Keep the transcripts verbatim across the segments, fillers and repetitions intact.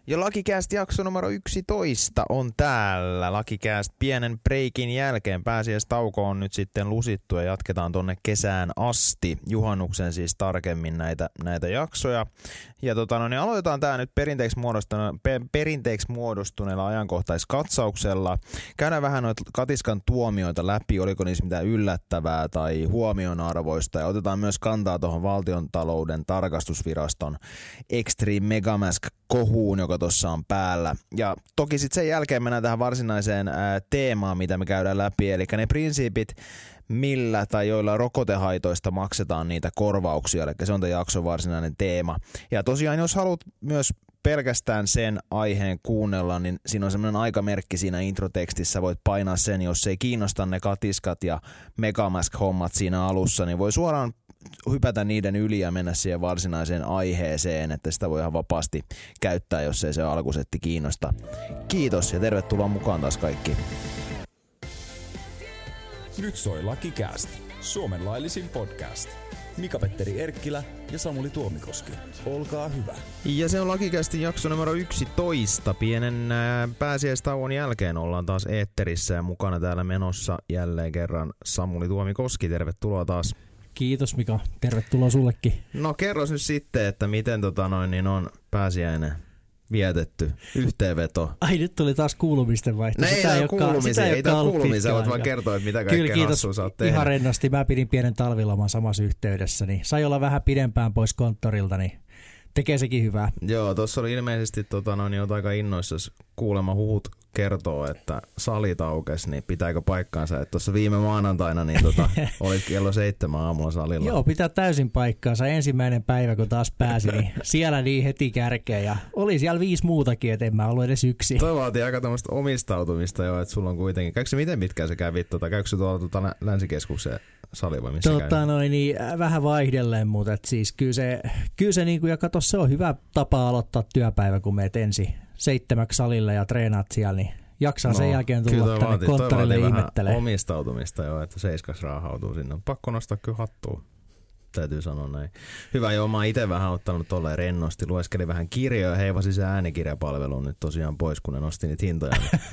Ja Lakicast jakso numero yksitoista on täällä. Lakicast pienen breikin jälkeen pääsiäistauko on nyt sitten lusittu ja jatketaan tonne kesään asti. Juhannuksen siis tarkemmin näitä, näitä jaksoja. Ja tota, no, niin aloitetaan tää nyt perinteiksi, pe, perinteiksi muodostuneella ajankohtaiskatsauksella. Käydään vähän noita Katiskan tuomioita läpi, oliko niissä mitään yllättävää tai huomionarvoista. Ja otetaan myös kantaa tuohon Valtiontalouden tarkastusviraston Extreme Megamask kohuun, joka tuossa on päällä. Ja toki sitten sen jälkeen mennään tähän varsinaiseen ää, teemaan, mitä me käydään läpi, eli ne prinsiipit, millä tai joilla rokotehaitoista maksetaan niitä korvauksia, eli se on tämän jakson varsinainen teema. Ja tosiaan, jos haluat myös pelkästään sen aiheen kuunnella, niin siinä on semmoinen aikamerkki siinä introtekstissä, voit painaa sen, jos ei kiinnosta ne katiskat ja Megamask-hommat siinä alussa, niin voi suoraan hypätä niiden yli ja mennä siihen varsinaiseen aiheeseen, että sitä voi ihan vapaasti käyttää, jos ei se alkusetti kiinnosta. Kiitos ja tervetuloa mukaan taas kaikki. Nyt soi Lakicast, Suomen laillisin podcast. Mika-Petteri Erkkilä ja Samuli Tuomikoski. Olkaa hyvä. Ja se on Lakicastin jakso numero yksitoista. Pienen pääsiäistauon jälkeen ollaan taas eetterissä ja mukana täällä menossa jälleen kerran Samuli Tuomikoski. Tervetuloa taas. Kiitos Mika, tervetuloa sullekin. No kerros nyt sitten, että miten tota noin, niin on pääsiäinen vietetty, yhteenveto. Ai nyt tuli taas kuulumisten vaihto. No ei tämä kuulumisia, ei tämä kuulumisia, voit vaan kertoa, että mitä kaikkea hassua sä oot tehnyt. Ihan rennosti, mä pidin pienen talviloman samassa yhteydessä, niin sai olla vähän pidempään pois konttorilta, niin tekee sekin hyvää. Joo, tuossa oli ilmeisesti tota, no, niin oot aika innoissasi kuulemma huhut kertoo, että salit aukesi, niin pitääkö paikkaansa, että tuossa viime maanantaina niin tota, olit kello seitsemän aamulla salilla. Joo, pitää täysin paikkaansa. Ensimmäinen päivä, kun taas pääsi, niin siellä niin heti kärkeen ja oli siellä viisi muutakin, et en mä ollut edes yksi. Toi vaatii aika tämmöistä omistautumista jo, että sulla on kuitenkin. Käykö se miten pitkään sä kävit, tota, käykö se tuolla tota, Länsikeskuksen sali vai missä tota, noin, niin, vähän vaihdelleen, mutta et siis kyllä se, kyllä se niin kuin, ja kato, se on hyvä tapa aloittaa työpäivä, kun meet ensin seitsemäksi salille ja treenaat siellä, niin jaksaa no, sen jälkeen tulla tänne vaatii, konttorille ihmettelee. Omistautumista jo, että seiskas raahautuu sinne. Pakko nostaa kyllä hattua, täytyy sanoa näin. Hyvä, joo, mä oon itse vähän ottanut tolleen rennosti. Lueskelin vähän kirjoja, heivasin se äänikirjapalveluun nyt tosiaan pois, kun ne nosti niitä hintoja.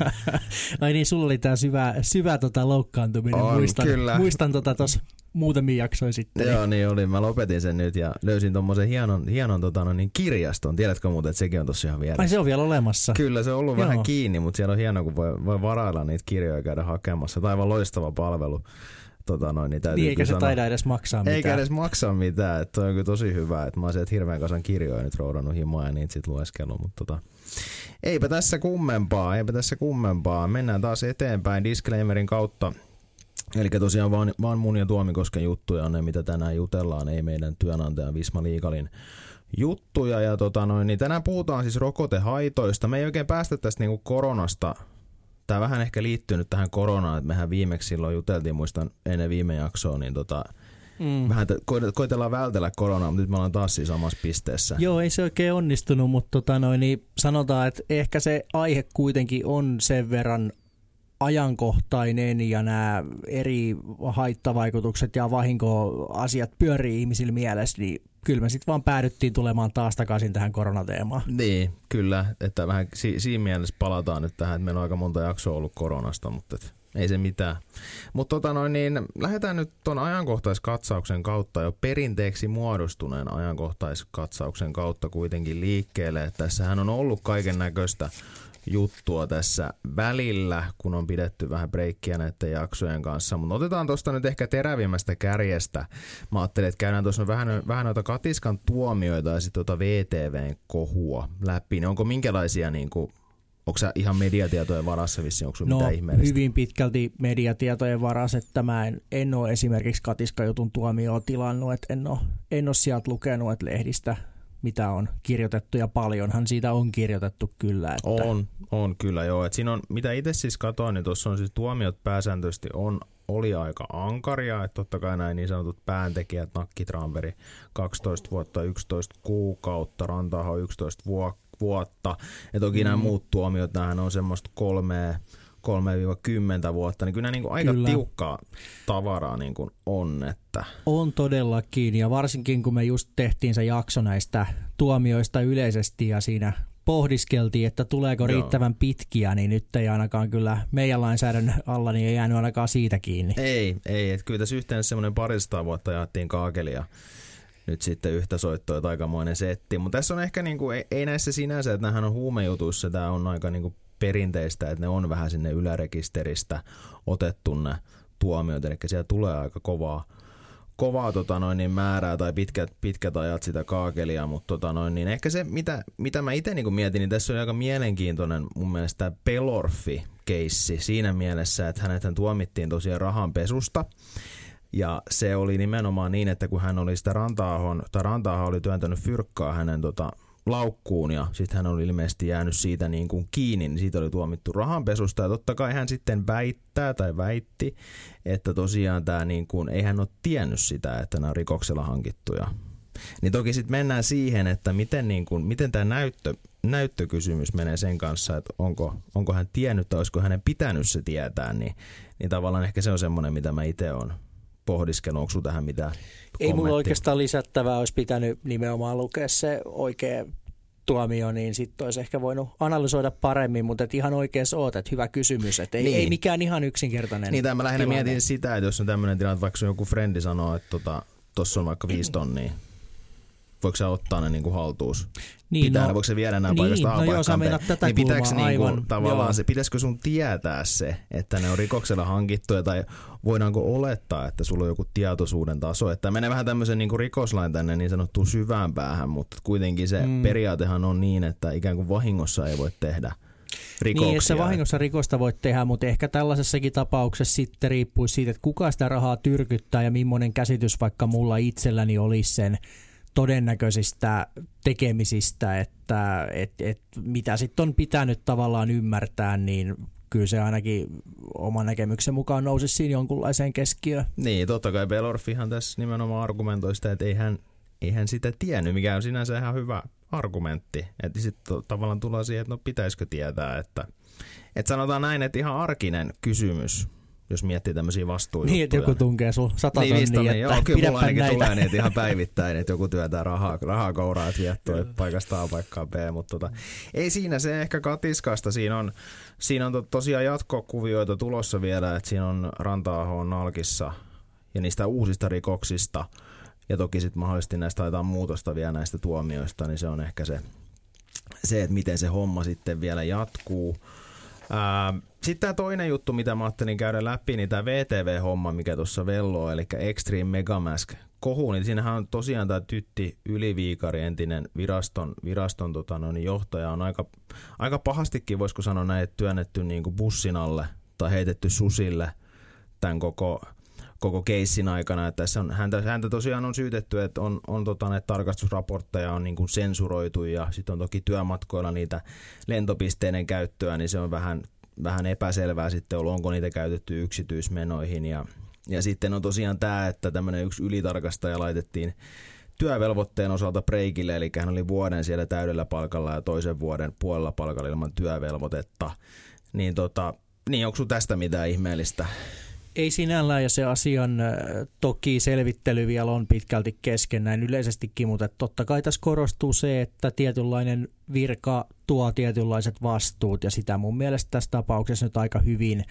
Ai niin, sulla oli tää syvä, syvä tota loukkaantuminen. On, muistan, kyllä. Muistan tota tossa muutamia jaksoja sitten. Joo, niin oli. Mä lopetin sen nyt ja löysin tommosen hienon, hienon tota, no niin, kirjaston. Tiedätkö muuten, että sekin on tossa ihan vieressä? Ai se on vielä olemassa. Kyllä, se on ollut Joo. vähän kiinni, mutta siellä on hienoa, kun voi, voi varailla niitä kirjoja ja käydä hakemassa. Tämä on aivan loistava palvelu. Tota noin, niin niin eikä se sanoa. taida edes maksaa mitään. Eikä edes maksaa mitään. Että on kyllä tosi hyvä. Että mä oon sieltä hirveän kasan kirjoja nyt roudannut himaa ja niitä sit lueskellut. Mutta tota, eipä tässä kummempaa, eipä tässä kummempaa. Mennään taas eteenpäin disclaimerin kautta. Eli tosiaan vaan, vaan mun ja Tuomikosken juttuja on ne, mitä tänään jutellaan, ei meidän työnantajan Visma Liikalin juttuja. Ja tota noin, niin tänään puhutaan siis rokotehaitoista. Me ei oikein päästä tästä niinku koronasta. Tämä vähän ehkä liittyy nyt tähän koronaan, että mehän viimeksi silloin juteltiin, muistan ennen viime jaksoa, niin tota, mm. vähän te, koitellaan vältellä koronaa, mutta nyt me ollaan taas siinä samassa pisteessä. Joo, ei se oikein onnistunut, mutta tota noin, niin sanotaan, että ehkä se aihe kuitenkin on sen verran ajankohtainen ja nämä eri haittavaikutukset ja vahinkoasiat pyörii ihmisillä mielessä, niin kyllä me sitten vaan päädyttiin tulemaan taas takaisin tähän koronateemaan. Niin, kyllä, että vähän si- siinä mielessä palataan nyt tähän, että meillä on aika monta jaksoa ollut koronasta, mutta et, ei se mitään. Mutta tota noin, niin lähdetään nyt tuon ajankohtaiskatsauksen kautta jo perinteeksi muodostuneen ajankohtaiskatsauksen kautta kuitenkin liikkeelle. Että tässähän on ollut kaiken näköistä juttua tässä välillä, kun on pidetty vähän breikkiä näiden jaksojen kanssa. Mutta otetaan tuosta nyt ehkä terävimmästä kärjestä. Mä ajattelin, että käydään tuossa vähän, vähän noita Katiskan tuomioita ja sitten tuota V T V:n kohua läpi. Niin onko minkälaisia, niin kuin, onko sä ihan mediatietojen varassa vissiin, onko no, mitään ihmeellistä? Hyvin pitkälti mediatietojen varassa, että mä en, en ole esimerkiksi Katiska-jutun tuomioon tilannut, että en ole, en ole sieltä lukenut, että lehdistä mitä on kirjoitettu ja paljonhan siitä on kirjoitettu kyllä. Että on, on kyllä joo. Et siinä on, mitä itse siis katsoin, niin tuossa on siis tuomiot pääsääntöisesti on, oli aika ankaria, että totta kai näin niin sanotut pääntekijät, Nakki-Tranberg kaksitoista vuotta, yksitoista kuukautta, Rantaho yksitoista vuotta, ja toki mm. nämä muut tuomiot, nämähän on semmoista kolmea, kolmesta kymmeneen vuotta, niin kyllä nämä niin kuin aika kyllä. tiukkaa tavaraa niin kuin on. Että on todellakin, ja varsinkin kun me just tehtiin se jakso näistä tuomioista yleisesti, ja siinä pohdiskeltiin, että tuleeko Joo. riittävän pitkiä, niin nyt ei ainakaan kyllä meidän lainsäädännön alla niin ei jäänyt ainakaan siitä kiinni. Ei, ei. Että kyllä tässä yhteensä semmoinen parista vuotta jaettiin kaakelia. Nyt sitten yhtä soittoa, että aikamoinen setti. Mutta tässä on ehkä, niinku, ei, ei näissä sinänsä, että nämähän on huumejutuissa, tämä on aika niinku perinteistä, että ne on vähän sinne ylärekisteristä otettu ne tuomiot, eli siellä tulee aika kovaa, kovaa tota noin, niin määrää tai pitkät, pitkät ajat sitä kaakelia, mutta tota noin, niin ehkä se, mitä, mitä mä itse niin mietin, niin tässä on aika mielenkiintoinen mun mielestä tämä Pelorfi-keissi siinä mielessä, että hänet tuomittiin tosiaan rahanpesusta. Ja se oli nimenomaan niin, että kun hän oli sitä Ranta-ahon, tai Ranta-aho oli työntänyt fyrkkaa hänen tota, laukkuun ja sitten hän oli ilmeisesti jäänyt siitä niin kuin kiinni, niin siitä oli tuomittu rahanpesusta. Ja totta kai hän sitten väittää tai väitti, että tosiaan tämä niin kuin, ei hän ole tiennyt sitä, että nämä on rikoksella hankittuja. Niin toki sitten mennään siihen, että miten, niin kuin, miten tämä näyttö, näyttökysymys menee sen kanssa, että onko, onko hän tiennyt tai olisiko hänen pitänyt se tietää, niin, niin tavallaan ehkä se on semmoinen, mitä mä itse olen pohdiskellut. Onko sinulla tähän mitään kommenttia? Ei mulla oikeastaan lisättävää, olisi pitänyt nimenomaan lukea se oikea tuomio, niin sitten olisi ehkä voinut analysoida paremmin, mutta et ihan oikeassa oot, että hyvä kysymys, että ei, niin. ei mikään ihan yksinkertainen. Niin, tämä mä lähinnä mietin sitä, että jos on tämmöinen tilanne, että vaikka joku frendi sanoo, että tuossa tota, on vaikka viisi tonnia, voiko sä ottaa ne niinku haltuus? Niin, Pitää no, ne, voiko se viedä nämä niin, paikasta no A-paikkaan? Joo, sä meinat tätä niin kulmaa, pitääkö niinku, aivan, tavallaan se, joo. pitäisikö sun tietää se, että ne on rikoksella hankittuja, tai voidaanko olettaa, että sulla on joku tietoisuuden taso? Että menee vähän tämmöisen niinku rikoslain tänne niin sanottuun syvään päähän, mutta kuitenkin se mm. periaatehan on niin, että ikään kuin vahingossa ei voi tehdä rikoksia. Niin, että vahingossa rikosta voit tehdä, mutta ehkä tällaisessakin tapauksessa sitten riippuisi siitä, että kuka sitä rahaa tyrkyttää ja millainen käsitys vaikka mulla itselläni olisi sen todennäköisistä tekemisistä, että et, et, mitä sitten on pitänyt tavallaan ymmärtää, niin kyllä se ainakin oman näkemyksen mukaan nousisi siinä jonkunlaiseen keskiöön. Niin, totta kai Pelorfihan tässä nimenomaan argumentoi sitä, että ei hän, ei hän sitä tiennyt, mikä on sinänsä ihan hyvä argumentti. Että sitten tavallaan tullaan siihen, että no pitäisikö tietää, että, että sanotaan näin, että ihan arkinen kysymys, jos miettii tämmöisiä vastuujuttuja. Niin, että joku tunkee sun sata tonnia, niin, että joo, kyllä mulla ainakin näitä. tulee niitä ihan päivittäin, että joku työtää rahaa, rahaa kouraa, että viettoo paikasta A paikkaan B, mutta tota, ei siinä se ehkä katiskasta. Siinä on, siinä on to, tosiaan jatkokuvioita tulossa vielä, että siinä on Ranta-aho on nalkissa ja niistä uusista rikoksista ja toki sitten mahdollisesti näistä taitaa muutosta vielä näistä tuomioista, niin se on ehkä se, se että miten se homma sitten vielä jatkuu. Ää, Sitten tämä toinen juttu, mitä mä ajattelin käydä läpi, niin tämä V T V-homma, mikä tuossa velloo, eli Extreme Megamask kohu, niin siinähän on tosiaan tämä Tytti Yliviikari, entinen viraston, viraston tota, no, niin johtaja, on aika, aika pahastikin, voisiko sanoa näin, että työnnetty niin kuin bussin alle tai heitetty susille tämän koko, koko keissin aikana. Että tässä on, häntä, häntä tosiaan on syytetty, että on, on tota, näitä tarkastusraportteja on niin kuin sensuroitu ja sitten on toki työmatkoilla niitä lentopisteiden käyttöä, niin se on vähän vähän epäselvää sitten ollut, onko niitä käytetty yksityismenoihin. Ja, ja sitten on tosiaan tämä, että tämmöinen yksi ylitarkastaja laitettiin työvelvoitteen osalta breikille, eli hän oli vuoden siellä täydellä palkalla ja toisen vuoden puolella palkalla ilman työvelvoitetta. Niin, tota, niin onko sun tästä mitään ihmeellistä? Ei sinällään, ja se asian toki selvittely vielä on pitkälti kesken näin yleisestikin, mutta totta kai tässä korostuu se, että tietynlainen virka tuo tietynlaiset vastuut, ja sitä mun mielestä tässä tapauksessa nyt aika hyvin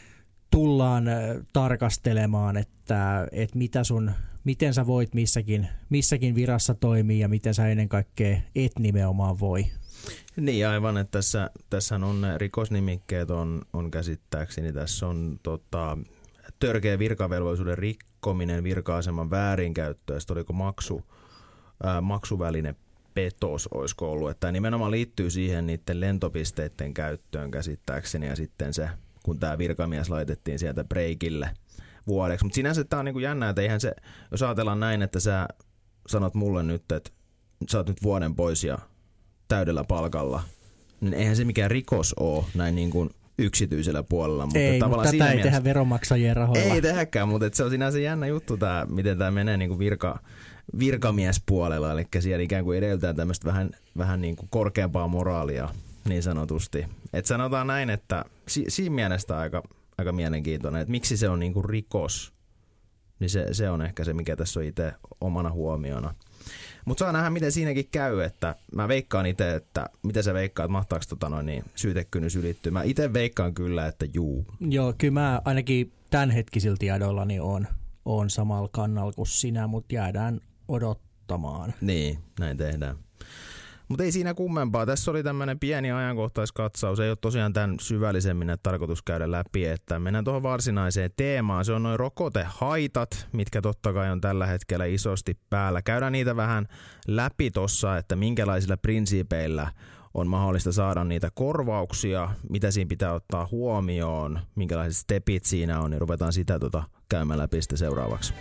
tullaan tarkastelemaan, että, että mitä sun, miten sä voit missäkin, missäkin virassa toimia ja miten sä ennen kaikkea et nimenomaan voi. Niin aivan, että tässä, tässä on ne rikosnimikkeet on, on käsittääkseni, tässä on tota, törkeä virkavelvollisuuden rikkominen, virka-aseman väärinkäyttö, ja sitten oliko maksu, ää, maksuväline petos, olisiko ollut, että tämä nimenomaan liittyy siihen niiden lentopisteiden käyttöön käsittääkseni, ja sitten se, kun tämä virkamies laitettiin sieltä breikille vuodeksi, mutta sinänsä tämä on niinku jännä, että eihän se, jos ajatellaan näin, että sä sanot mulle nyt, että sä oot nyt vuoden pois ja täydellä palkalla, niin eihän se mikään rikos ole näin niin kuin yksityisellä puolella. Mutta ei, mutta tätä ei mielessä tehdä veronmaksajien rahoilla. Ei tehdäkään, mutta se on sinänsä jännä juttu, tämä, miten tämä menee niin kuin virka, virkamiespuolella, eli siellä ikään kuin edellytään tämmöistä vähän, vähän niin kuin korkeampaa moraalia niin sanotusti. Et sanotaan näin, että si, siinä mielessä aika, aika mielenkiintoinen, että miksi se on niin kuin rikos, niin se, se on ehkä se, mikä tässä on itse omana huomiona. Mutta saa nähdä, miten siinäkin käy, että mä veikkaan itse, että miten sä veikkaat, mahtaako tota noin, niin syytekynnys ylittyä. Mä itse veikkaan kyllä, että juu. Joo, kyllä mä ainakin tämänhetkisillä tiedoillani on, on samalla kannalla kuin sinä, mutta jäädään odottamaan. Niin, näin tehdään. Mutta ei siinä kummempaa. Tässä oli tämmöinen pieni ajankohtaiskatsaus. Ei ole tosiaan tämän syvällisemmin tarkoitus käydä läpi, että mennään tuohon varsinaiseen teemaan. Se on noin rokotehaitat, mitkä totta kai on tällä hetkellä isosti päällä. Käydään niitä vähän läpi tuossa, että minkälaisilla prinsiipeillä on mahdollista saada niitä korvauksia, mitä siinä pitää ottaa huomioon, minkälaiset stepit siinä on, niin ruvetaan sitä tota käymään läpi sitten seuraavaksi.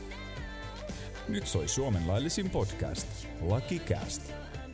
Nyt soi Suomen laillisin podcast, LakiCast.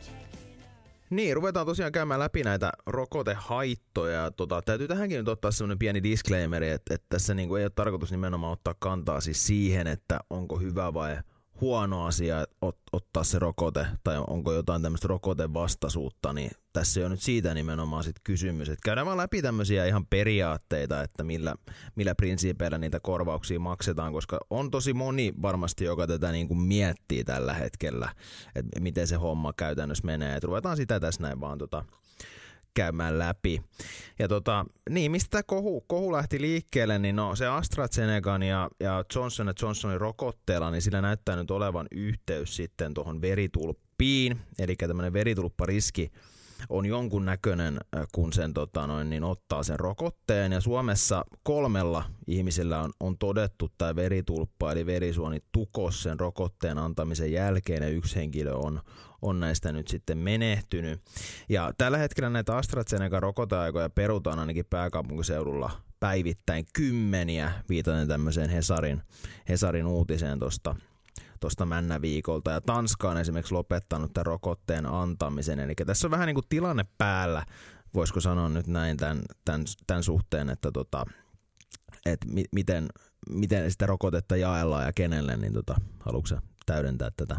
Niin, ruvetaan tosiaan käymään läpi näitä rokotehaittoja. Tota, täytyy tähänkin nyt ottaa semmoinen pieni disclaimeri, että, että tässä niinku ei ole tarkoitus nimenomaan ottaa kantaa siis siihen, että onko hyvä vai huono asia ot, ottaa se rokote tai onko jotain tämmöistä rokotevastaisuutta, niin tässä ei ole nyt siitä nimenomaan sit kysymys. Et käydään vaan läpi tämmöisiä ihan periaatteita, että millä, millä prinsiipeillä niitä korvauksia maksetaan, koska on tosi moni varmasti, joka tätä niin kuin miettii tällä hetkellä, että miten se homma käytännössä menee. Et ruvetaan sitä tässä näin vaan tota käymään läpi. Ja tota, niin, mistä tämä kohu, kohu lähti liikkeelle, niin no se AstraZenecan ja, ja Johnson and Johnsonin rokotteella, niin sillä näyttää nyt olevan yhteys sitten tuohon veritulppiin, eli tämmöinen veritulppariski on jonkun näköinen, kun sen tota noin, niin ottaa sen rokotteen, ja Suomessa kolmella ihmisellä on, on todettu tämä veritulppa, eli verisuonitukos sen rokotteen antamisen jälkeen, ja yksi henkilö on on näistä nyt sitten menehtynyt. Ja tällä hetkellä näitä AstraZenecan rokoteaikoja perutaan ainakin pääkaupunkiseudulla päivittäin kymmeniä, viitaten tämmöiseen Hesarin, Hesarin uutiseen tuosta tuosta männäviikolta. Ja Tanska on esimerkiksi lopettanut tämän rokotteen antamisen. Eli tässä on vähän niin kuin tilanne päällä, voisiko sanoa nyt näin tämän, tämän, tämän suhteen, että tota, et mi, miten, miten sitä rokotetta jaellaan ja kenelle, niin tota, haluatko sä täydentää tätä?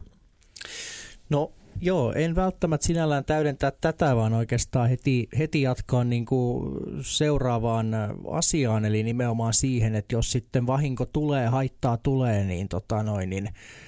No joo, en välttämättä sinällään täydentää tätä, vaan oikeastaan heti, heti jatkaa niin kuin seuraavaan asiaan, eli nimenomaan siihen, että jos sitten vahinko tulee, haittaa tulee, niin, tota noin, niin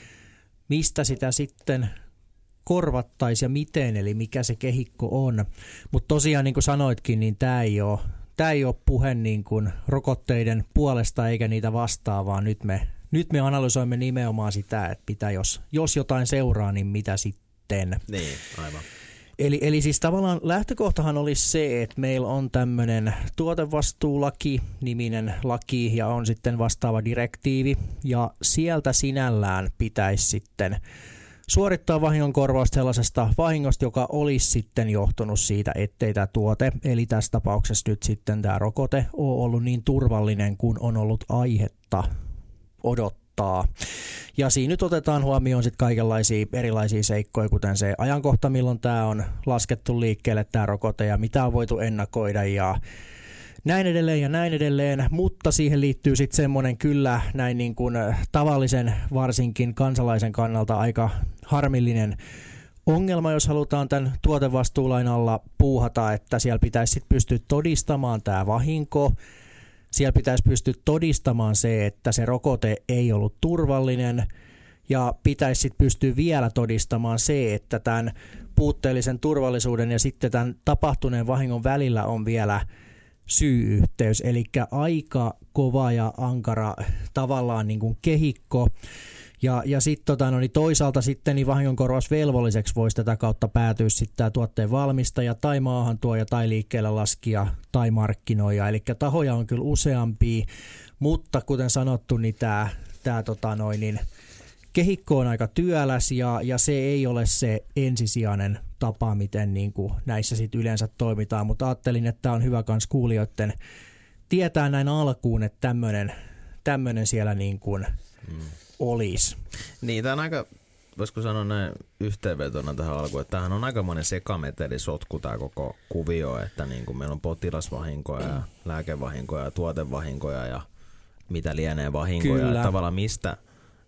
mistä sitä sitten korvattaisiin ja miten, eli mikä se kehikko on. Mutta tosiaan niin kuin sanoitkin, niin tämä ei ole, tämä ei ole puhe niin kuin rokotteiden puolesta eikä niitä vastaan, vaan nyt me, nyt me analysoimme nimenomaan sitä, että pitää, jos, jos jotain seuraa, niin mitä sitten. Niin, aivan. Eli, eli siis tavallaan lähtökohtahan olisi se, että meillä on tämmöinen tuotevastuulaki, niminen laki ja on sitten vastaava direktiivi ja sieltä sinällään pitäisi sitten suorittaa vahingonkorvausta sellaisesta vahingosta, joka olisi sitten johtunut siitä, ettei tämä tuote, eli tässä tapauksessa nyt sitten tämä rokote, ole ollut niin turvallinen kuin on ollut aihetta odottaa. Ja siinä nyt otetaan huomioon sitten kaikenlaisia erilaisia seikkoja, kuten se ajankohta, milloin tämä on laskettu liikkeelle, tämä rokote, ja mitä on voitu ennakoida, ja näin edelleen ja näin edelleen, mutta siihen liittyy sitten semmoinen kyllä näin niin kuin tavallisen, varsinkin kansalaisen kannalta aika harmillinen ongelma, jos halutaan tämän tuotevastuulain alla puuhata, että siellä pitäisi sitten pystyä todistamaan tämä vahinko. Siellä pitäisi pystyä todistamaan se, että se rokote ei ollut turvallinen ja pitäisi sitten pystyä vielä todistamaan se, että tämän puutteellisen turvallisuuden ja sitten tämän tapahtuneen vahingon välillä on vielä syy-yhteys. Eli aika kova ja ankara tavallaan niin kuin kehikko. Ja, ja sitten tota, no, niin toisaalta sitten niin vahingonkorvausvelvolliseksi voisi tätä kautta päätyä sitten tämä tuotteen valmistaja tai maahantuoja tai liikkeelle laskija tai markkinoija. Eli tahoja on kyllä useampia, mutta kuten sanottu, niin tämä, tämä tota, noin, niin kehikko on aika työläs ja, ja se ei ole se ensisijainen tapa, miten niin kuin näissä sitten yleensä toimitaan. Mutta ajattelin, että tämä on hyvä kans kuulijoiden tietää näin alkuun, että tämmöinen, tämmöinen siellä niin kuin hmm. olisi. Niin, tämä on aika, voisiko sanoa näin yhteenvetona tähän alkuun, että tämähän on aikamoinen sekametelisotku tämä koko kuvio, että niin kuin meillä on potilasvahinkoja ja lääkevahinkoja ja tuotevahinkoja ja mitä lienee vahinkoja. Tavallaan mistä,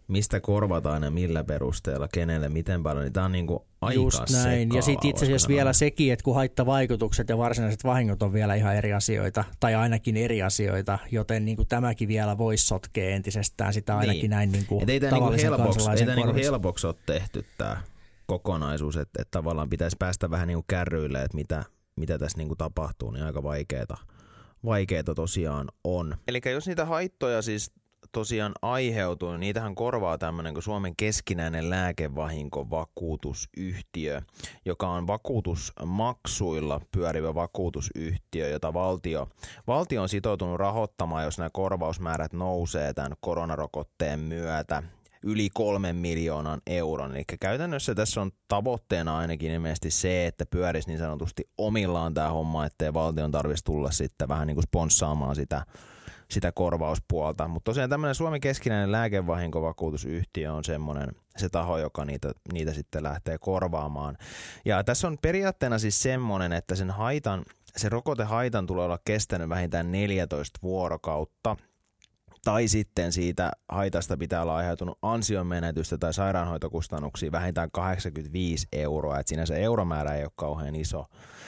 mistä korvataan ja millä perusteella, kenelle, miten paljon, niin tämä on niinku aika just näin. sekavaa. Ja sitten itse asiassa vielä sekin, että kun haittavaikutukset ja varsinaiset vahingot on vielä ihan eri asioita, tai ainakin eri asioita, joten niin kuin tämäkin vielä voisi sotkea entisestään sitä ainakin niin. näin niin kuin ei tavallisen niinku kansalaisen korvissa. Ei niinku helpoksi ole tehty tämä kokonaisuus, että, että tavallaan pitäisi päästä vähän niinku kärryille, että mitä, mitä tässä niinku tapahtuu, niin aika vaikeeta, vaikeeta tosiaan on. Eli jos niitä haittoja siis tosiaan aiheutuu, niin niitähän korvaa tämmöinen kuin Suomen keskinäinen lääkevahinkovakuutusyhtiö, joka on vakuutusmaksuilla pyörivä vakuutusyhtiö, jota valtio, valtio on sitoutunut rahoittamaan, jos nämä korvausmäärät nousee tämän koronarokotteen myötä yli kolmen miljoonan euron. Eli käytännössä tässä on tavoitteena ainakin ilmeisesti se, että pyörisi niin sanotusti omillaan tämä homma, ettei valtion tarvitsisi tulla sitten vähän niin kuin sponssaamaan sitä sitä korvauspuolta. Mutta tosiaan tämmöinen Suomen keskinäinen lääkevahinkovakuutusyhtiö on semmoinen se taho, joka niitä, niitä sitten lähtee korvaamaan. Ja tässä on periaatteena siis semmoinen, että sen haitan, se rokotehaitan tulee olla kestänyt vähintään neljätoista vuorokautta. Tai sitten siitä haitasta pitää olla aiheutunut ansionmenetystä tai sairaanhoitokustannuksia vähintään kahdeksankymmentäviisi euroa. Et siinä se euromäärä ei ole kauhean iso.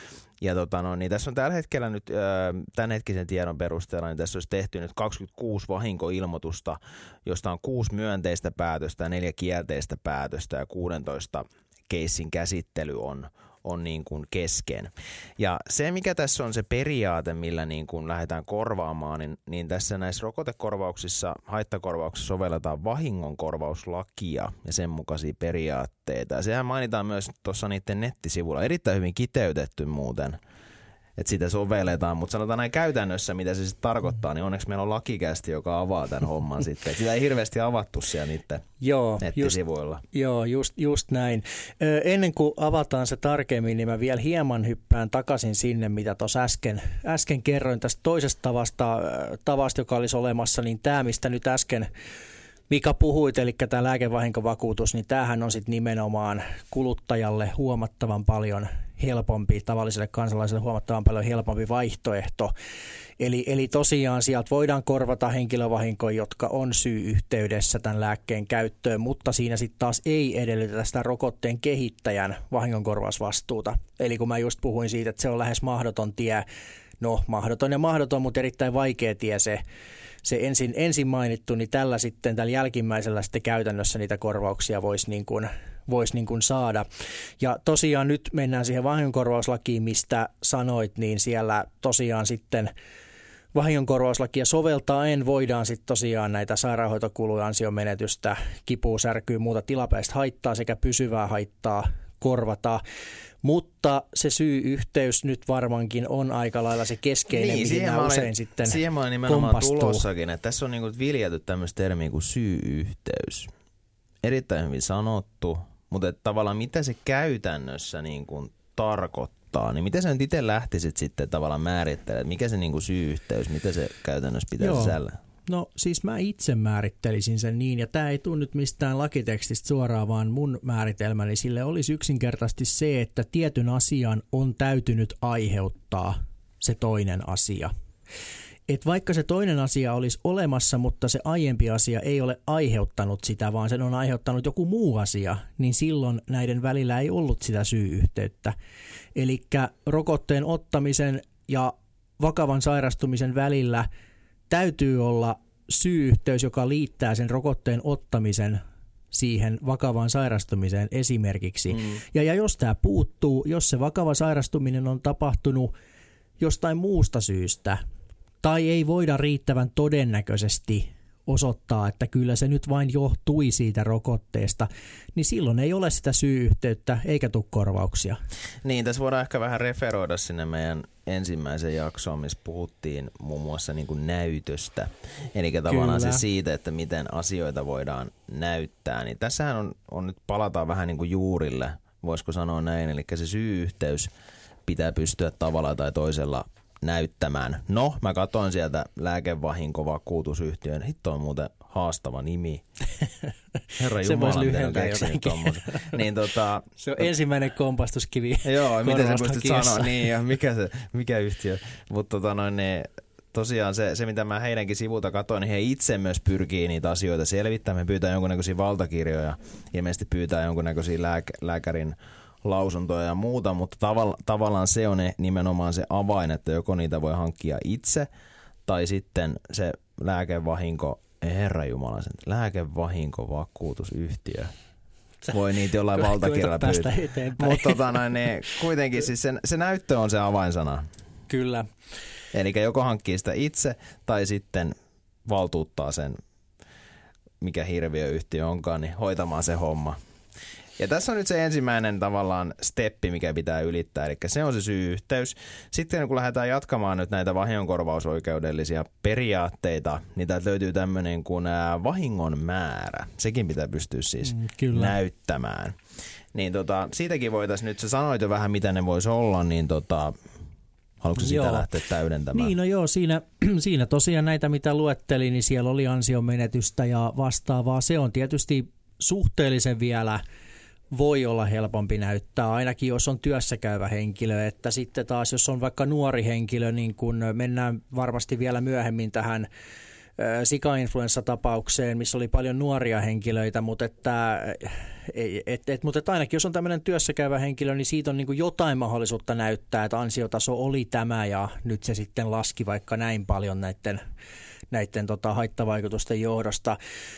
Ja tota no, niin tässä on tällä hetkellä nyt tämänhetkisen tiedon perusteella, niin tässä olisi tehty nyt kaksikymmentäkuusi vahinkoilmoitusta, josta on kuusi myönteistä päätöstä ja neljä kielteistä päätöstä ja kuusitoista keissin käsittely on, on niin kuin kesken. Ja se, mikä tässä on se periaate, millä niin kuin lähdetään korvaamaan, niin, niin tässä näissä rokotekorvauksissa, haittakorvauksissa sovelletaan vahingonkorvauslakia ja sen mukaisia periaatteita. Ja sehän mainitaan myös tuossa niiden nettisivuilla. Erittäin hyvin kiteytetty muuten, että sitä sovelletaan, mutta sanotaan näin käytännössä, mitä se sitten tarkoittaa, niin onneksi meillä on lakikästi, joka avaa tämän homman sitten. Et sitä ei hirveästi avattu siellä niiden joo, nettisivuilla. Just, joo, just, just näin. Ö, ennen kuin avataan se tarkemmin, niin mä vielä hieman hyppään takaisin sinne, mitä tuossa äsken, äsken kerroin tästä toisesta tavasta, tavasta, joka olisi olemassa, niin tämä, mistä nyt äsken Mika puhuit, eli tämä lääkevahinkovakuutus, niin tämähän on sitten nimenomaan kuluttajalle huomattavan paljon helpompi, tavalliselle kansalaiselle huomattavan paljon helpompi vaihtoehto. Eli, eli tosiaan sieltä voidaan korvata henkilövahinkoja, jotka on syy-yhteydessä tämän lääkkeen käyttöön, mutta siinä sitten taas ei edellytetä sitä rokotteen kehittäjän vahingonkorvausvastuuta. Eli kun mä just puhuin siitä, että se on lähes mahdoton tie, no mahdoton ja mahdoton, mutta erittäin vaikea tie se, se ensin, ensin mainittu, niin tällä sitten, tällä jälkimmäisellä sitten käytännössä niitä korvauksia voisi niin kuin, vois niin kuin saada. Ja tosiaan nyt mennään siihen vahingonkorvauslakiin, mistä sanoit, niin siellä tosiaan sitten vahingonkorvauslakia soveltaen voidaan sitten tosiaan näitä sairaanhoitokuluja, ansionmenetystä, kipua, särkyä, muuta tilapäistä haittaa sekä pysyvää haittaa korvata. Mutta se syy-yhteys nyt varmaankin on aika lailla se keskeinen, niin, mihin nämä usein sitten siihen mä olen nimenomaan kompastuu. Tulossakin, että tässä on niinku viljäty tämmöistä termiä kuin syy-yhteys. Erittäin hyvin sanottu, mutta että tavallaan mitä se käytännössä niinku tarkoittaa, niin miten sä nyt itse lähtisit sitten tavallaan määrittelemään, että mikä se niinku syy-yhteys, mitä se käytännössä pitää sisällä? No siis mä itse määrittelisin sen niin, ja tämä ei tule nyt mistään lakitekstistä suoraan, vaan mun määritelmäni sille olisi yksinkertaisesti se, että tietyn asian on täytynyt aiheuttaa se toinen asia. Et vaikka se toinen asia olisi olemassa, mutta se aiempi asia ei ole aiheuttanut sitä, vaan sen on aiheuttanut joku muu asia, niin silloin näiden välillä ei ollut sitä syy-yhteyttä. Eli rokotteen ottamisen ja vakavan sairastumisen välillä täytyy olla syy-yhteys, joka liittää sen rokotteen ottamisen siihen vakavaan sairastumiseen esimerkiksi. Mm. Ja, ja jos tämä puuttuu, jos se vakava sairastuminen on tapahtunut jostain muusta syystä, tai ei voida riittävän todennäköisesti osoittaa, että kyllä se nyt vain johtui siitä rokotteesta, niin silloin ei ole sitä syy-yhteyttä eikä tule korvauksia. Niin, tässä voidaan ehkä vähän referoida sinne meidän ensimmäisen jaksoon, missä puhuttiin muun muassa niin kuin näytöstä. Eli tavallaan se siitä, että miten asioita voidaan näyttää. Niin tässähän on, on nyt palataan vähän niin kuin juurille, voisiko sanoa näin. Eli se syy-yhteys pitää pystyä tavalla tai toisella näyttämään. No, mä katsoin sieltä lääkevahinkovakuutusyhtiön. Hitto on muuten haastava nimi. Herra Jumala, miten on keksinyt tommosen. Niin, tota, se on ensimmäinen kompastuskivi. Joo, miten sä pystyt sanoa niin ja mikä, se, mikä yhtiö. Mutta tota noin, ne, tosiaan se, se, mitä mä heidänkin sivulta katsoin, niin he itse myös pyrkii niitä asioita selvittämään. Me pyytää jonkunnäköisiä valtakirjoja, ilmeisesti pyytää jonkunnäköisiä lääk- lääkärin lausuntoja ja muuta, mutta tavalla, tavallaan se on nimenomaan se avain, että joko niitä voi hankkia itse, tai sitten se lääkevahinko, herranjumala sen, lääkevahinkovakuutusyhtiö voi niitä jollain valtakirjalla pyytää. Mutta tota, noin, niin, kuitenkin siis se, se näyttö on se avainsana. Kyllä. Eli joko hankkii sitä itse tai sitten valtuuttaa sen, mikä hirviöyhtiö onkaan, niin hoitamaan se homma. Ja tässä on nyt se ensimmäinen tavallaan steppi, mikä pitää ylittää, eli se on se syy-yhteys. Sitten kun lähdetään jatkamaan nyt näitä vahingonkorvausoikeudellisia periaatteita, niin täältä löytyy tämmöinen kuin vahingon määrä. Sekin pitää pystyä siis mm, kyllä. näyttämään. Niin tota, siitäkin voitaisiin nyt, sä sanoit jo vähän mitä ne voisi olla, niin tota, haluatko sitä joo. lähteä täydentämään? Niin, no joo, siinä, siinä tosiaan näitä mitä luettelin, niin siellä oli ansionmenetystä ja vastaavaa. Se on tietysti suhteellisen vielä voi olla helpompi näyttää, ainakin jos on työssäkäyvä henkilö, että sitten taas jos on vaikka nuori henkilö, niin kun mennään varmasti vielä myöhemmin tähän sika-influenssatapaukseen, missä oli paljon nuoria henkilöitä, mutta, että, et, et, mutta että ainakin jos on tämmöinen työssäkäyvä henkilö, niin siitä on niin kuin jotain mahdollisuutta näyttää, että ansiotaso oli tämä ja nyt se sitten laski vaikka näin paljon näiden, näiden tota, haittavaikutusten johdosta.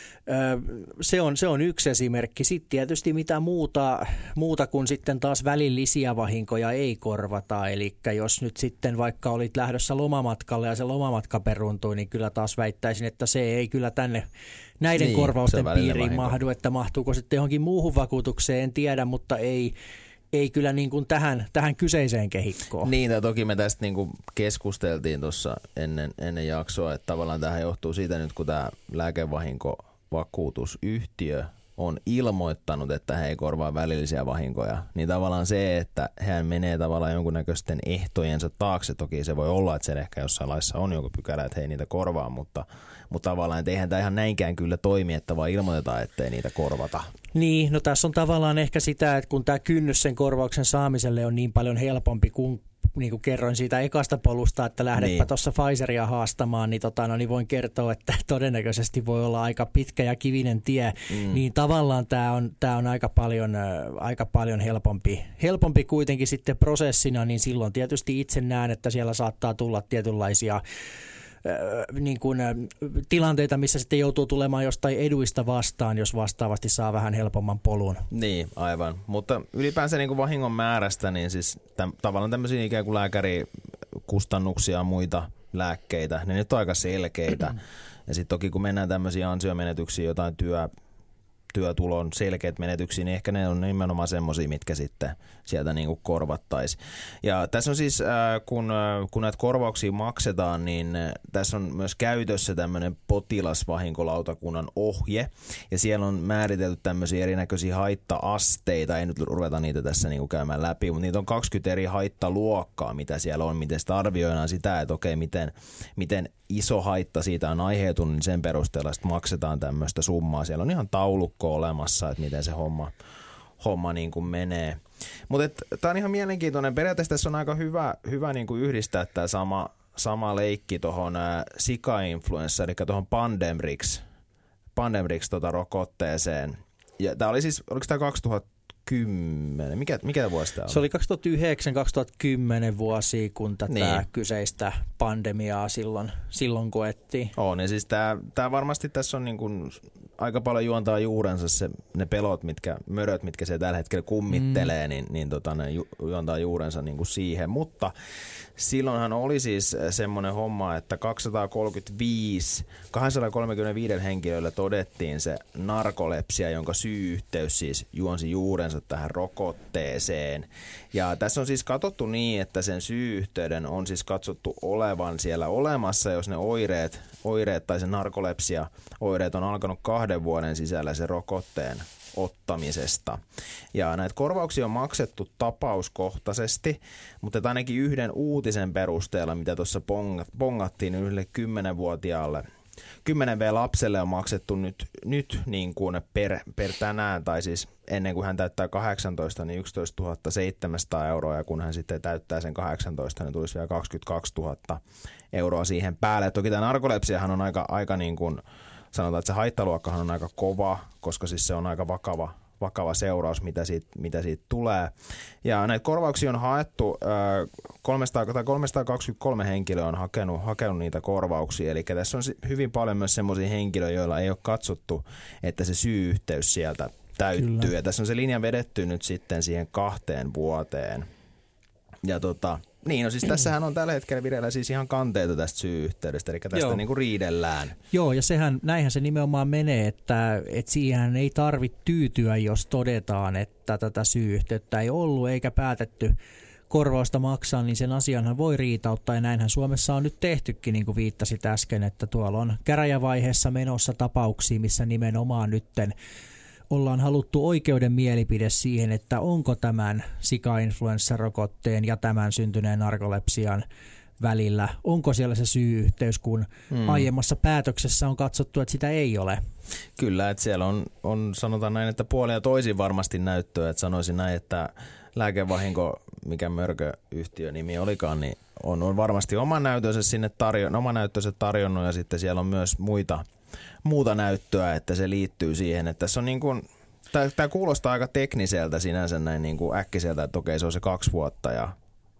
Se on, se on yksi esimerkki. Sitten tietysti mitä muuta, muuta kuin sitten taas välillisiä vahinkoja ei korvata. Eli jos nyt sitten vaikka olit lähdössä lomamatkalle ja se lomamatka peruuntui, niin kyllä taas väittäisin, että se ei kyllä tänne näiden niin, korvausten piiriin vahinko. mahdu. Että mahtuuko sitten johonkin muuhun vakuutukseen, en tiedä, mutta ei, ei kyllä niin kuin tähän, tähän kyseiseen kehikkoon. Niin, ja toki me tästä niin kuin keskusteltiin tuossa ennen, ennen jaksoa, että tavallaan tähän johtuu siitä nyt, kun tämä lääkevahinko vakuutusyhtiö on ilmoittanut, että he ei korvaa välillisiä vahinkoja, niin tavallaan se, että hän menee tavallaan jonkunnäköisten ehtojensa taakse, toki se voi olla, että se ehkä jossain laissa on joku pykälä, että he ei niitä korvaa, mutta, mutta tavallaan, että eihän tämä ihan näinkään kyllä toimi, että vaan ilmoitetaan, ettei niitä korvata. Niin, no tässä on tavallaan ehkä sitä, että kun tämä kynnys sen korvauksen saamiselle on niin paljon helpompi kuin niin kuin kerroin siitä ekasta polusta, että lähdetpä niin. tuossa Pfizeria haastamaan, niin, tota, no, niin voin kertoa, että todennäköisesti voi olla aika pitkä ja kivinen tie, mm. niin tavallaan tämä on, tää on aika paljon, äh, aika paljon helpompi, helpompi kuitenkin sitten prosessina, niin silloin tietysti itse näen, että siellä saattaa tulla tietynlaisia niin kuin, tilanteita, missä sitten joutuu tulemaan jostain eduista vastaan, jos vastaavasti saa vähän helpomman polun. Niin, aivan. Mutta ylipäänsä niin kuin vahingon määrästä, niin siis täm, tavallaan tämmöisiä ikään kuin lääkärikustannuksia ja muita lääkkeitä, ne nyt on aika selkeitä. Ja sitten toki kun mennään tämmöisiin ansiomenetyksiin, jotain työ, työtulon selkeät menetyksiä, niin ehkä ne on nimenomaan semmoisia, mitkä sitten sieltä niin kuin korvattaisiin. Ja tässä on siis, kun, kun näitä korvauksia maksetaan, niin tässä on myös käytössä tämmöinen potilasvahinkolautakunnan ohje, ja siellä on määritelty tämmöisiä erinäköisiä haitta-asteita, ei nyt ruveta niitä tässä niin kuin käymään läpi, mutta niitä on kaksikymmentä eri haittaluokkaa, mitä siellä on, miten sitä arvioidaan sitä, että okei, miten, miten iso haitta siitä on aiheutunut, niin sen perusteella sitten maksetaan tämmöistä summaa. Siellä on ihan taulukko olemassa, että miten se homma, homma niin kuin menee. Mutta tämä on ihan mielenkiintoinen. Periaatteessa tässä on aika hyvä, hyvä niin kuin yhdistää tämä sama, sama leikki tuohon sika-influenssa, eli tuohon Pandemrix, Pandemrix tota rokotteeseen. Ja tämä oli siis, oliko tämä kaksituhattakymmenen? Mikä, mikä vuosi tämä oli? Se oli kaksituhattayhdeksän kaksituhattakymmenen vuosi, kun tätä niin. kyseistä pandemiaa silloin, silloin koettiin. On, ja siis tämä, tämä varmasti tässä on niin kuin aika paljon juontaa juurensa se, ne pelot, mitkä, möröt, mitkä se tällä hetkellä kummittelee, mm. niin, niin tota, ne ju, juontaa juurensa niin kuin siihen. Mutta silloinhan oli siis semmoinen homma, että kaksisataakolmekymmentäviisi, kaksisataakolmekymmentäviisi henkilöillä todettiin se narkolepsia, jonka syy-yhteys siis juonsi juurensa tähän rokotteeseen. Ja tässä on siis katsottu niin, että sen syy-yhteyden on siis katsottu olevan siellä olemassa, jos ne oireet, oireet tai se narkolepsia-oireet on alkanut kahden vuoden sisällä sen rokotteen ottamisesta. Ja näitä korvauksia on maksettu tapauskohtaisesti, mutta ainakin yhden uutisen perusteella, mitä tuossa pongattiin yhdelle kymmenvuotiaalle kymmenen vuotiaalle lapselle on maksettu nyt, nyt niin kuin per, per tänään, tai siis ennen kuin hän täyttää kahdeksantoista, niin yksitoistatuhatta seitsemänsataa euroa, ja kun hän sitten täyttää sen kahdeksantoista, niin tulisi vielä kaksikymmentäkaksituhatta euroa siihen päälle. Toki tämä narkolepsiahan on aika, aika niin kuin, sanotaan, että se haittaluokkahan on aika kova, koska siis se on aika vakava, vakava seuraus, mitä siitä, mitä siitä tulee. Ja näitä korvauksia on haettu, kolmesataa, tai kolmesataakaksikymmentäkolme henkilöä on hakenut, hakenut niitä korvauksia, eli tässä on hyvin paljon myös semmoisia henkilöitä, joilla ei ole katsottu, että se syy-yhteys sieltä täyttyy. Kyllä. Ja tässä on se linja vedetty nyt sitten siihen kahteen vuoteen. Ja tota, niin, no siis tässähän on tällä hetkellä vireillä siis ihan kanteita tästä syy-yhteydestä, eli tästä niin kuin riidellään. Joo, ja sehän, näinhän se nimenomaan menee, että, että siihen ei tarvitse tyytyä, jos todetaan, että tätä syy-yhteyttä ei ollut eikä päätetty korvausta maksaa, niin sen asianhan voi riitauttaa, ja näinhän Suomessa on nyt tehtykin, niin kuin viittasit äsken, että tuolla on käräjävaiheessa menossa tapauksia, missä nimenomaan nytten ollaan haluttu oikeuden mielipide siihen, että onko tämän sika-influenssarokotteen ja tämän syntyneen narkolepsian välillä, onko siellä se syy-yhteys, kun hmm. aiemmassa päätöksessä on katsottu, että sitä ei ole. Kyllä, että siellä on, on sanotaan näin, että puolin ja toisin varmasti näyttöä, että sanoisin näin, että lääkevahinko, mikä Mörkö-yhtiön nimi olikaan, niin on, on varmasti oma näytönsä sinne tarjo, oma näyttönsä tarjonnut, ja sitten siellä on myös muita muuta näyttöä, että se liittyy siihen, että tässä on niin kuin, tämä kuulostaa aika tekniseltä sinänsä näin niin kuin äkkiseltä, että okei, se on se kaksi vuotta ja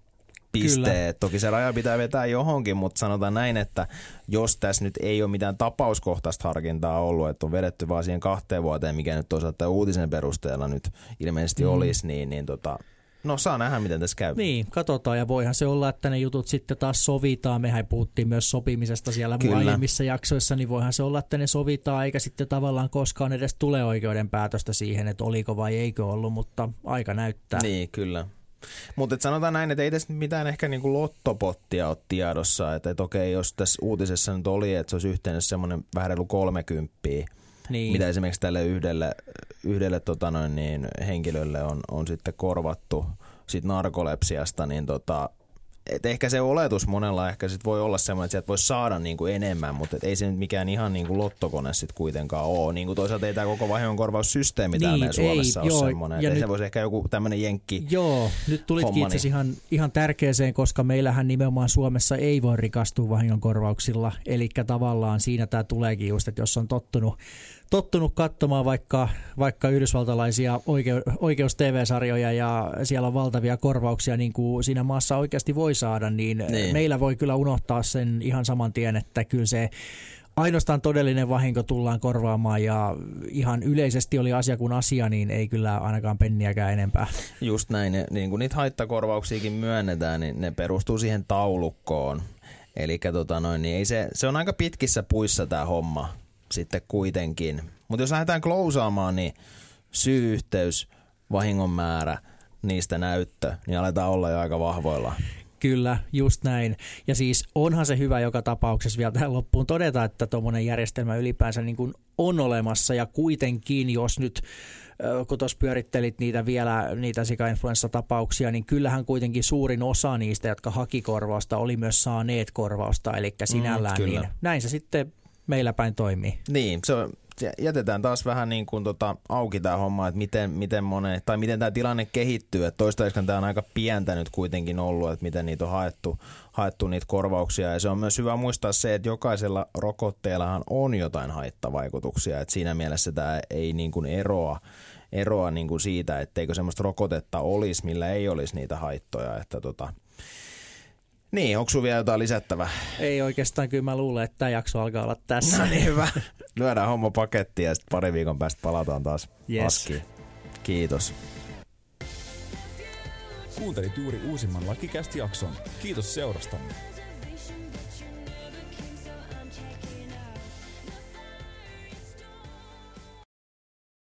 pisteet. Toki se raja pitää vetää johonkin, mutta sanotaan näin, että jos tässä nyt ei ole mitään tapauskohtaista harkintaa ollut, että on vedetty vaan siihen kahteen vuoteen, mikä nyt toisaalta uutisen perusteella nyt ilmeisesti mm. olisi, niin, niin tota, no saa nähdä, miten tässä käy. Niin, katsotaan, ja voihan se olla, että ne jutut sitten taas sovitaan. Mehän puhuttiin myös sopimisesta siellä Kyllä. aiemmissa jaksoissa, niin voihan se olla, että ne sovitaan, eikä sitten tavallaan koskaan edes tule oikeuden päätöstä siihen, että oliko vai eikö ollut, mutta aika näyttää. Niin, kyllä. Mutta sanotaan näin, että ei tässä mitään ehkä niinku lottopottia ole tiedossa, että et okei, jos tässä uutisessa nyt oli, että se olisi yhteensä semmoinen vähän reilu kolmekymppiä, niin. mitä esimerkiksi tälle yhdelle, yhdelle tota noin, niin henkilölle on, on sitten korvattu sit narkolepsiasta, niin tota, et ehkä se oletus monella ehkä sit voi olla semmoinen, että sieltä voisi saada niinku enemmän, mutta ei se nyt mikään ihan niinku lottokone sitten kuitenkaan ole. Niinku toisaalta ei tämä koko vahingonkorvaussysteemi niin, täällä meidän Suomessa ole semmoinen, että nyt, se voisi ehkä joku tämmöinen jenkki Joo, nyt tulitkin itse ihan, ihan tärkeäseen, koska meillähän nimenomaan Suomessa ei voi rikastua vahingonkorvauksilla, eli tavallaan siinä tämä tuleekin just, että jos on tottunut tottunut katsomaan vaikka, vaikka yhdysvaltalaisia oikeu, oikeus-T V-sarjoja ja siellä on valtavia korvauksia, niin kuin siinä maassa oikeasti voi saada, niin, niin meillä voi kyllä unohtaa sen ihan saman tien, että kyllä se ainoastaan todellinen vahinko tullaan korvaamaan, ja ihan yleisesti oli asia kuin asia, niin ei kyllä ainakaan penniäkään enempää. Just näin, niin kun niitä haittakorvauksiakin myönnetään, niin ne perustuu siihen taulukkoon. Eli tota noin, niin ei se, se on aika pitkissä puissa tämä homma sitten kuitenkin. Mutta jos lähdetään klousaamaan, niin syy-yhteys, vahingon määrä, niistä näyttö, niin aletaan olla jo aika vahvoilla. Kyllä, just näin. Ja siis onhan se hyvä joka tapauksessa vielä tähän loppuun todeta, että tuommoinen järjestelmä ylipäänsä niin kuin on olemassa, ja kuitenkin jos nyt, kun tuossa pyörittelit niitä vielä, niitä sika-influenssatapauksia, niin kyllähän kuitenkin suurin osa niistä, jotka haki korvausta, oli myös saaneet korvausta, eli sinällään mm, niin näin se sitten meillä päin toimii. Niin, se on, jätetään taas vähän niin kuin tota auki tämä homma, että miten, miten monen, tai miten tämä tilanne kehittyy. Että toistaiseksi tämä on aika pientä nyt kuitenkin ollut, että miten niitä on haettu, haettu niitä korvauksia. Ja se on myös hyvä muistaa se, että jokaisella rokotteellahan on jotain haittavaikutuksia. Että siinä mielessä tämä ei niin kuin eroa, eroa niin kuin siitä, etteikö semmoista rokotetta olisi, millä ei olisi niitä haittoja. Että tota, niin, onko sinulla vielä jotain lisättävää? Ei oikeastaan, kyllä mä luulen, että tämä jakso alkaa olla tässä. No niin, hyvä. Lyödään homma pakettiin ja sitten pari viikon päästä palataan taas yes. askiin. Kiitos. Kuuntelit juuri uusimman Lakicast-jakson. Kiitos seurastanne.